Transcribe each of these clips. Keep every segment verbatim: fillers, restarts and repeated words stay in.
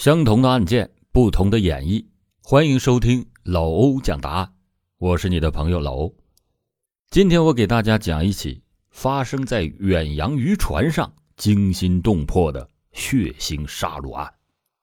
相同的案件，不同的演绎，欢迎收听老欧讲答案，我是你的朋友老欧。今天我给大家讲一起发生在远洋渔船上惊心动魄的血腥杀戮案。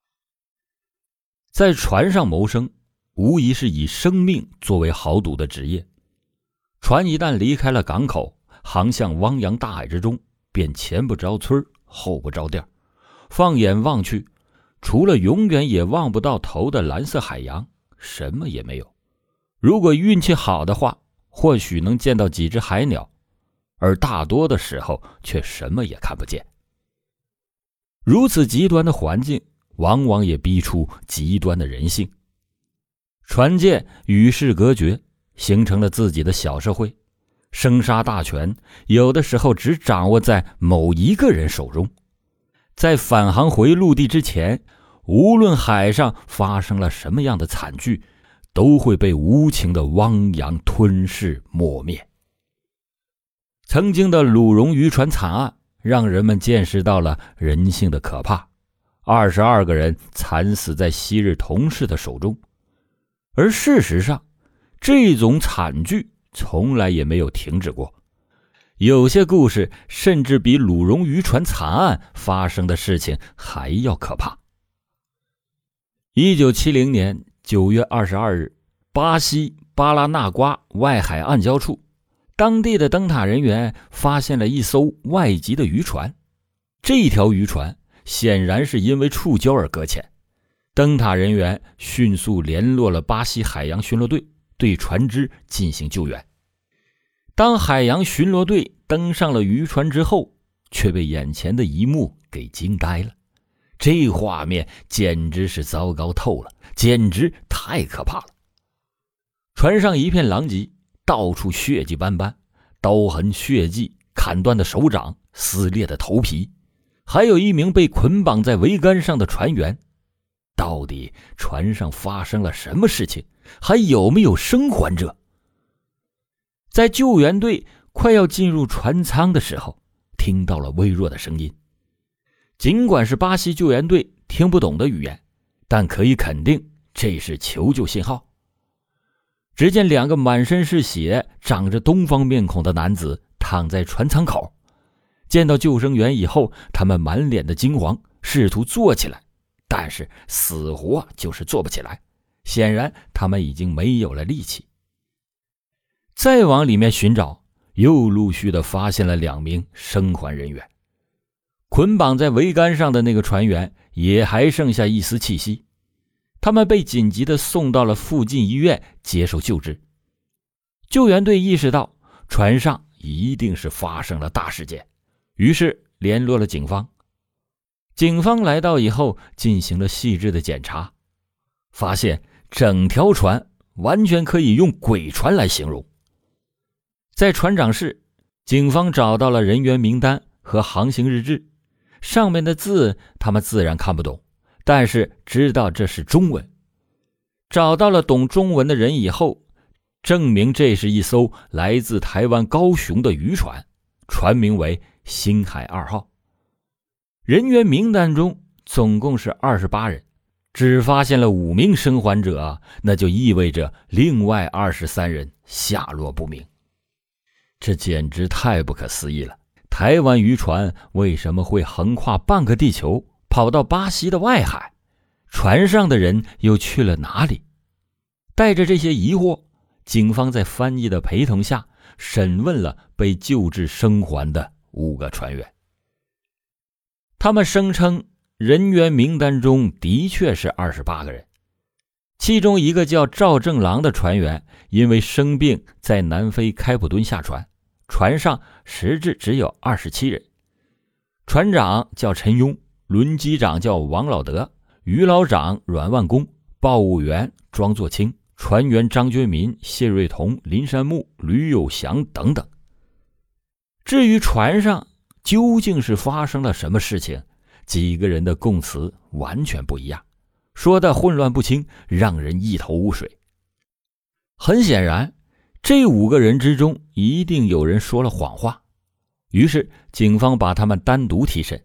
在船上谋生，无疑是以生命作为豪赌的职业。船一旦离开了港口，航向汪洋大海之中，便前不着村后不着店，放眼望去，除了永远也望不到头的蓝色海洋，什么也没有。如果运气好的话，或许能见到几只海鸟，而大多的时候却什么也看不见。如此极端的环境，往往也逼出极端的人性。船舰与世隔绝，形成了自己的小社会，生杀大权有的时候只掌握在某一个人手中。在返航回陆地之前，无论海上发生了什么样的惨剧，都会被无情的汪洋吞噬抹灭。曾经的鲁荣渔船惨案让人们见识到了人性的可怕，二十二个人惨死在昔日同事的手中。而事实上，这种惨剧从来也没有停止过。有些故事甚至比鲁荣渔船惨案发生的事情还要可怕。一九七零年九月二十二日，巴西巴拉那瓜外海暗礁处，当地的灯塔人员发现了一艘外籍的渔船。这条渔船显然是因为触礁而搁浅。灯塔人员迅速联络了巴西海洋巡逻队，对船只进行救援。当海洋巡逻队登上了渔船之后，却被眼前的一幕给惊呆了。这画面简直是糟糕透了，简直太可怕了。船上一片狼藉，到处血迹斑斑，刀痕血迹，砍断的手掌，撕裂的头皮，还有一名被捆绑在桅杆上的船员。到底船上发生了什么事情？还有没有生还者？在救援队快要进入船舱的时候，听到了微弱的声音。尽管是巴西救援队听不懂的语言，但可以肯定这是求救信号。只见两个满身是血、长着东方面孔的男子躺在船舱口。见到救生员以后，他们满脸的惊惶，试图坐起来，但是死活就是坐不起来，显然他们已经没有了力气。再往里面寻找，又陆续的发现了两名生还人员。捆绑在桅杆上的那个船员也还剩下一丝气息，他们被紧急的送到了附近医院接受救治。救援队意识到船上一定是发生了大事件，于是联络了警方。警方来到以后进行了细致的检查，发现整条船完全可以用鬼船来形容。在船长室，警方找到了人员名单和航行日志，上面的字他们自然看不懂，但是知道这是中文。找到了懂中文的人以后，证明这是一艘来自台湾高雄的渔船，船名为星海二号。人员名单中总共是二十八人，只发现了五名生还者，那就意味着另外二十三人下落不明。这简直太不可思议了，台湾渔船为什么会横跨半个地球跑到巴西的外海？船上的人又去了哪里？带着这些疑惑，警方在翻译的陪同下审问了被救治生还的五个船员。他们声称人员名单中的确是二十八个人，其中一个叫赵正郎的船员因为生病在南非开普敦下船，船上实质只有二十七人。船长叫陈庸，轮机长叫王老德，渔老长阮万公，报务员庄作清，船员张觉民、谢瑞彤、林山木、吕有祥等等。至于船上究竟是发生了什么事情，几个人的供词完全不一样，说的混乱不清，让人一头雾水。很显然，这五个人之中一定有人说了谎话，于是警方把他们单独提审，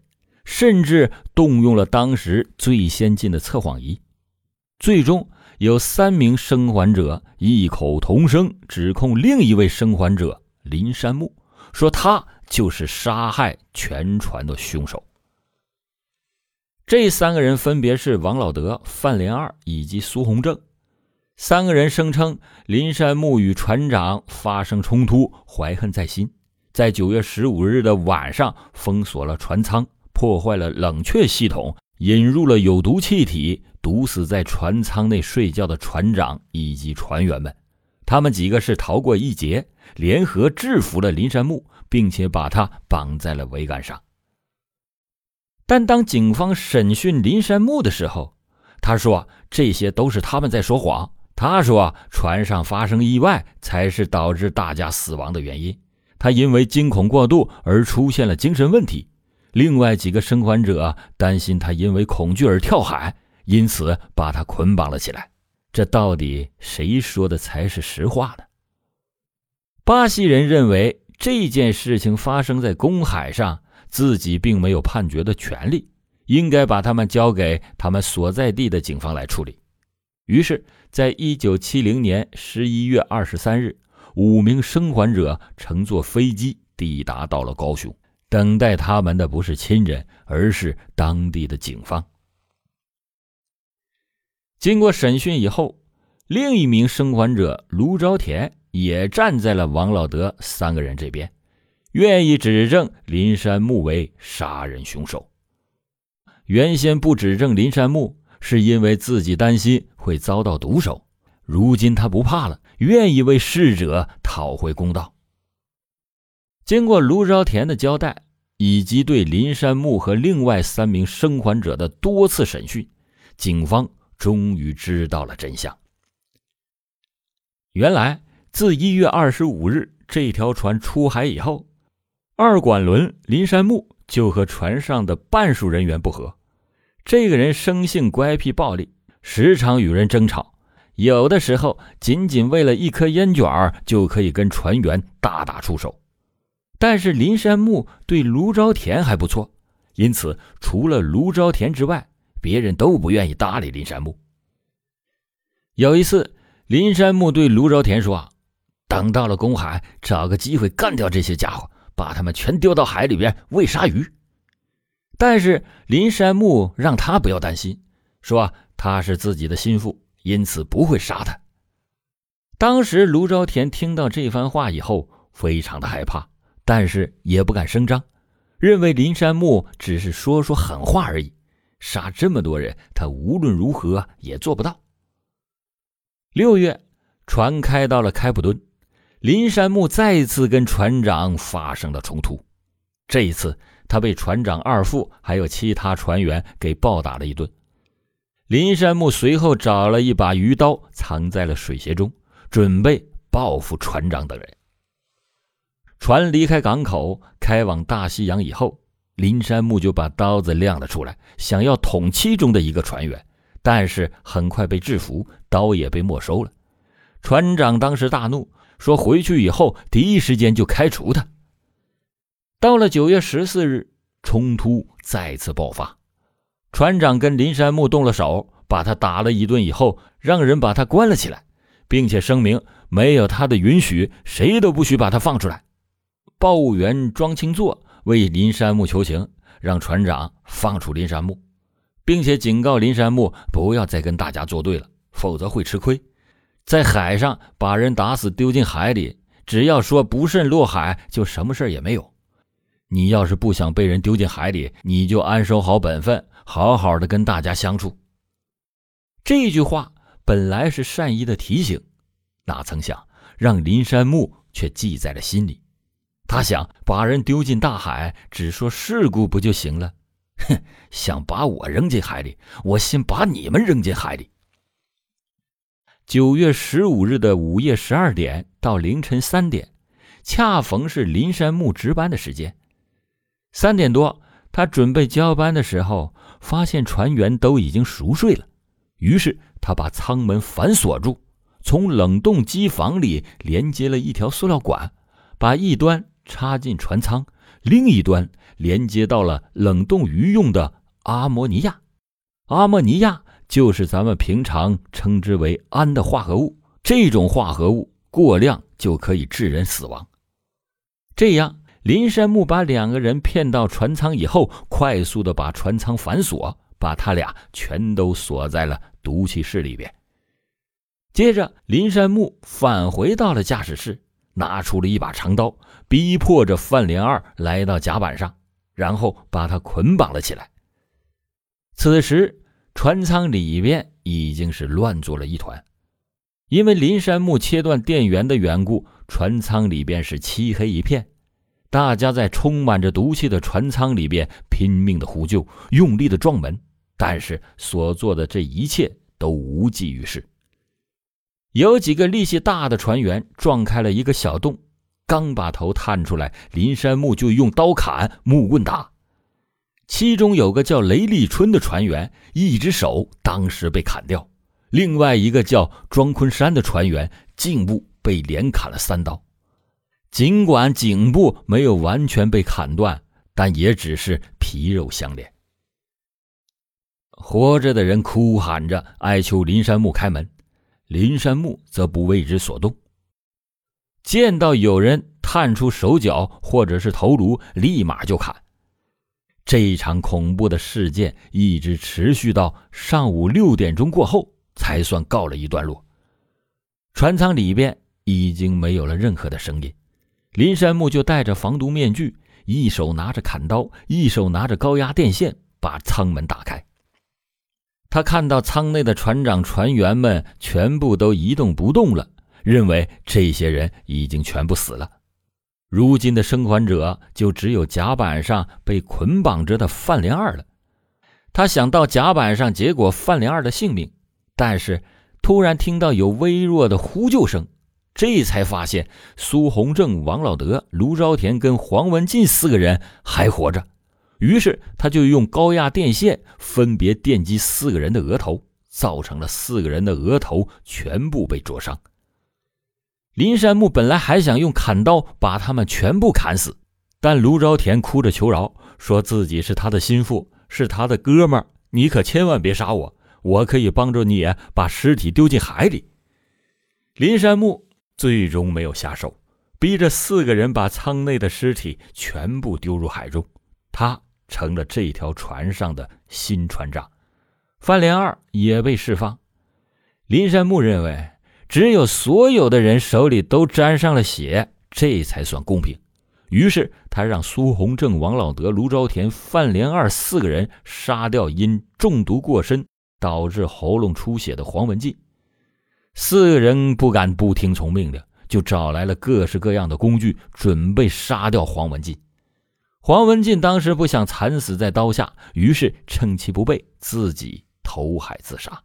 甚至动用了当时最先进的测谎仪。最终有三名生还者异口同声指控另一位生还者林山木，说他就是杀害全船的凶手。这三个人分别是王老德、范连二以及苏洪正。三个人声称林山木与船长发生冲突，怀恨在心，在九月十五日的晚上封锁了船舱，破坏了冷却系统，引入了有毒气体，毒死在船舱内睡觉的船长以及船员们。他们几个是逃过一劫，联合制服了林山木，并且把他绑在了桅杆上。但当警方审讯林山木的时候，他说这些都是他们在说谎。他说船上发生意外才是导致大家死亡的原因，他因为惊恐过度而出现了精神问题。另外几个生还者担心他因为恐惧而跳海，因此把他捆绑了起来。这到底谁说的才是实话呢？巴西人认为这件事情发生在公海上，自己并没有判决的权利，应该把他们交给他们所在地的警方来处理。于是在一九七零年十一月二十三日，五名生还者乘坐飞机抵达到了高雄，等待他们的不是亲人，而是当地的警方。经过审讯以后，另一名生还者卢昭田也站在了王老德三个人这边，愿意指证林山木为杀人凶手。原先不指证林山木，是因为自己担心会遭到毒手，如今他不怕了，愿意为逝者讨回公道。经过卢昭田的交代，以及对林山木和另外三名生还者的多次审讯，警方终于知道了真相。原来自一月二十五日这条船出海以后，二管轮林山木就和船上的半数人员不和。这个人生性乖僻暴力，时常与人争吵，有的时候仅仅为了一颗烟卷就可以跟船员大打出手。但是林山木对卢昭田还不错，因此除了卢昭田之外，别人都不愿意搭理林山木。有一次，林山木对卢昭田说，等到了公海，找个机会干掉这些家伙，把他们全丢到海里边喂鲨鱼。但是林山木让他不要担心，说他是自己的心腹，因此不会杀他。当时卢昭田听到这番话以后非常的害怕，但是也不敢声张，认为林山木只是说说狠话而已，杀这么多人他无论如何也做不到。六月，船开到了开普敦，林山木再次跟船长发生了冲突。这一次他被船长二副还有其他船员给暴打了一顿。林山木随后找了一把鱼刀藏在了水鞋中，准备报复船长等人。船离开港口开往大西洋以后，林山木就把刀子亮了出来，想要捅其中的一个船员，但是很快被制服，刀也被没收了。船长当时大怒，说回去以后第一时间就开除他。到了九月十四日，冲突再次爆发，船长跟林山木动了手，把他打了一顿以后，让人把他关了起来，并且声明没有他的允许，谁都不许把他放出来。报务员庄清作为林山木求情，让船长放出林山木，并且警告林山木不要再跟大家作对了，否则会吃亏。在海上把人打死丢进海里，只要说不慎落海，就什么事也没有。你要是不想被人丢进海里，你就安守好本分，好好的跟大家相处。这句话本来是善意的提醒，哪曾想让林山木却记在了心里。他想把人丢进大海，只说事故不就行了？哼，想把我扔进海里，我先把你们扔进海里。九月十五日的午夜十二点到凌晨三点，恰逢是林山木值班的时间。三点多，他准备交班的时候，发现船员都已经熟睡了，于是他把舱门反锁住，从冷冻机房里连接了一条塑料管，把一端插进船舱， 另一端连接到了冷冻鱼用的阿摩尼亚。阿摩尼亚就是咱们平常称之为氨的化合物，这种化合物过量就可以致人死亡。这样，林山木把两个人骗到船舱以后，快速的把船舱反锁，把他俩全都锁在了毒气室里边。接着，林山木返回到了驾驶室，拿出了一把长刀，逼迫着范连二来到甲板上，然后把他捆绑了起来。此时，船舱里边已经是乱作了一团。因为林山木切断电源的缘故，船舱里边是漆黑一片，大家在充满着毒气的船舱里边拼命的呼救，用力的撞门，但是所做的这一切都无济于事。有几个力气大的船员撞开了一个小洞，刚把头探出来，林山木就用刀砍，木棍打。其中有个叫雷立春的船员，一只手当时被砍掉，另外一个叫庄昆山的船员颈部被连砍了三刀。尽管颈部没有完全被砍断，但也只是皮肉相连。活着的人哭喊着哀求林山木开门，林山木则不为之所动。见到有人探出手脚或者是头颅，立马就砍。这一场恐怖的事件一直持续到上午六点钟过后才算告了一段落。船舱里边已经没有了任何的声音，林山木就戴着防毒面具，一手拿着砍刀，一手拿着高压电线，把舱门打开。他看到舱内的船长船员们全部都一动不动了，认为这些人已经全部死了。如今的生还者就只有甲板上被捆绑着的范连二了。他想到甲板上结果范连二的性命，但是突然听到有微弱的呼救声，这才发现苏洪正、王老德、卢昭田跟黄文进四个人还活着。于是他就用高压电线分别电击四个人的额头，造成了四个人的额头全部被灼伤。林山木本来还想用砍刀把他们全部砍死，但卢昭田哭着求饶，说自己是他的心腹，是他的哥们儿，你可千万别杀我，我可以帮助你把尸体丢进海里。林山木最终没有下手，逼着四个人把舱内的尸体全部丢入海中，他成了这条船上的新船长。范连二也被释放。林山木认为只有所有的人手里都沾上了血，这才算公平。于是他让苏洪正、王老德、卢昭田、范连二四个人杀掉因中毒过深导致喉咙出血的黄文进。四个人不敢不听从命令，就找来了各式各样的工具，准备杀掉黄文进。黄文进当时不想惨死在刀下，于是趁其不备，自己投海自杀。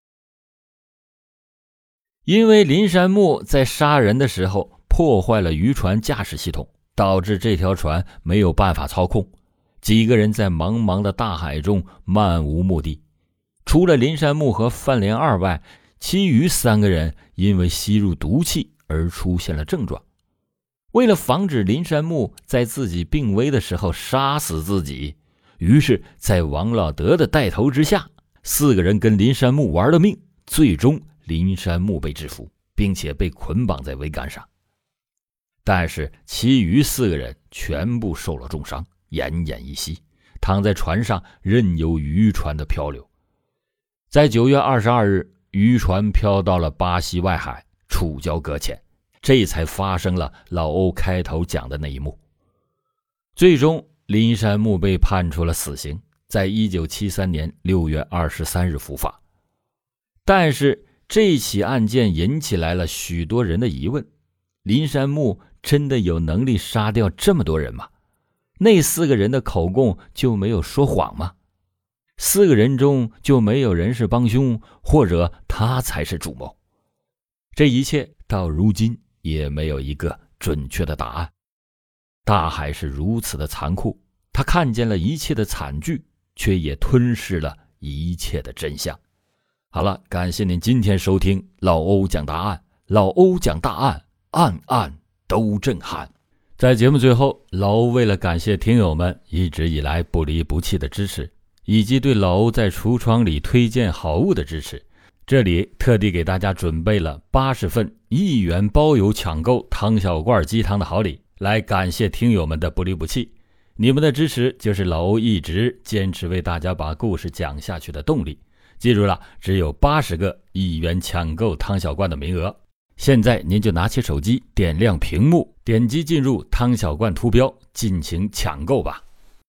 因为林山木在杀人的时候破坏了渔船驾驶系统，导致这条船没有办法操控，几个人在茫茫的大海中漫无目的。除了林山木和范连二外，其余三个人因为吸入毒气而出现了症状。为了防止林山木在自己病危的时候杀死自己，于是在王老德的带头之下，四个人跟林山木玩了命，最终林山木被制服，并且被捆绑在桅杆上。但是其余四个人全部受了重伤，奄奄一息，躺在船上任由渔船的漂流。在九月二十二日，渔船飘到了巴西外海，触礁搁浅，这才发生了老欧开头讲的那一幕。最终林山木被判处了死刑，在一九七三年六月二十三日伏法。但是这起案件引起来了许多人的疑问，林山木真的有能力杀掉这么多人吗？那四个人的口供就没有说谎吗？四个人中就没有人是帮凶，或者他才是主谋？这一切到如今也没有一个准确的答案。大海是如此的残酷，他看见了一切的惨剧，却也吞噬了一切的真相。好了，感谢您今天收听老欧讲大案，老欧讲大案，案案都震撼。 在节目最后，老欧为了感谢听友们一直以来不离不弃的支持，以及对老欧在橱窗里推荐好物的支持，这里特地给大家准备了八十份一元包邮抢购汤小罐鸡汤的好礼，来感谢听友们的不离不弃。你们的支持就是老欧一直坚持为大家把故事讲下去的动力。记住了，只有八十个一元抢购汤小罐的名额。现在您就拿起手机，点亮屏幕，点击进入汤小罐图标，尽情抢购吧。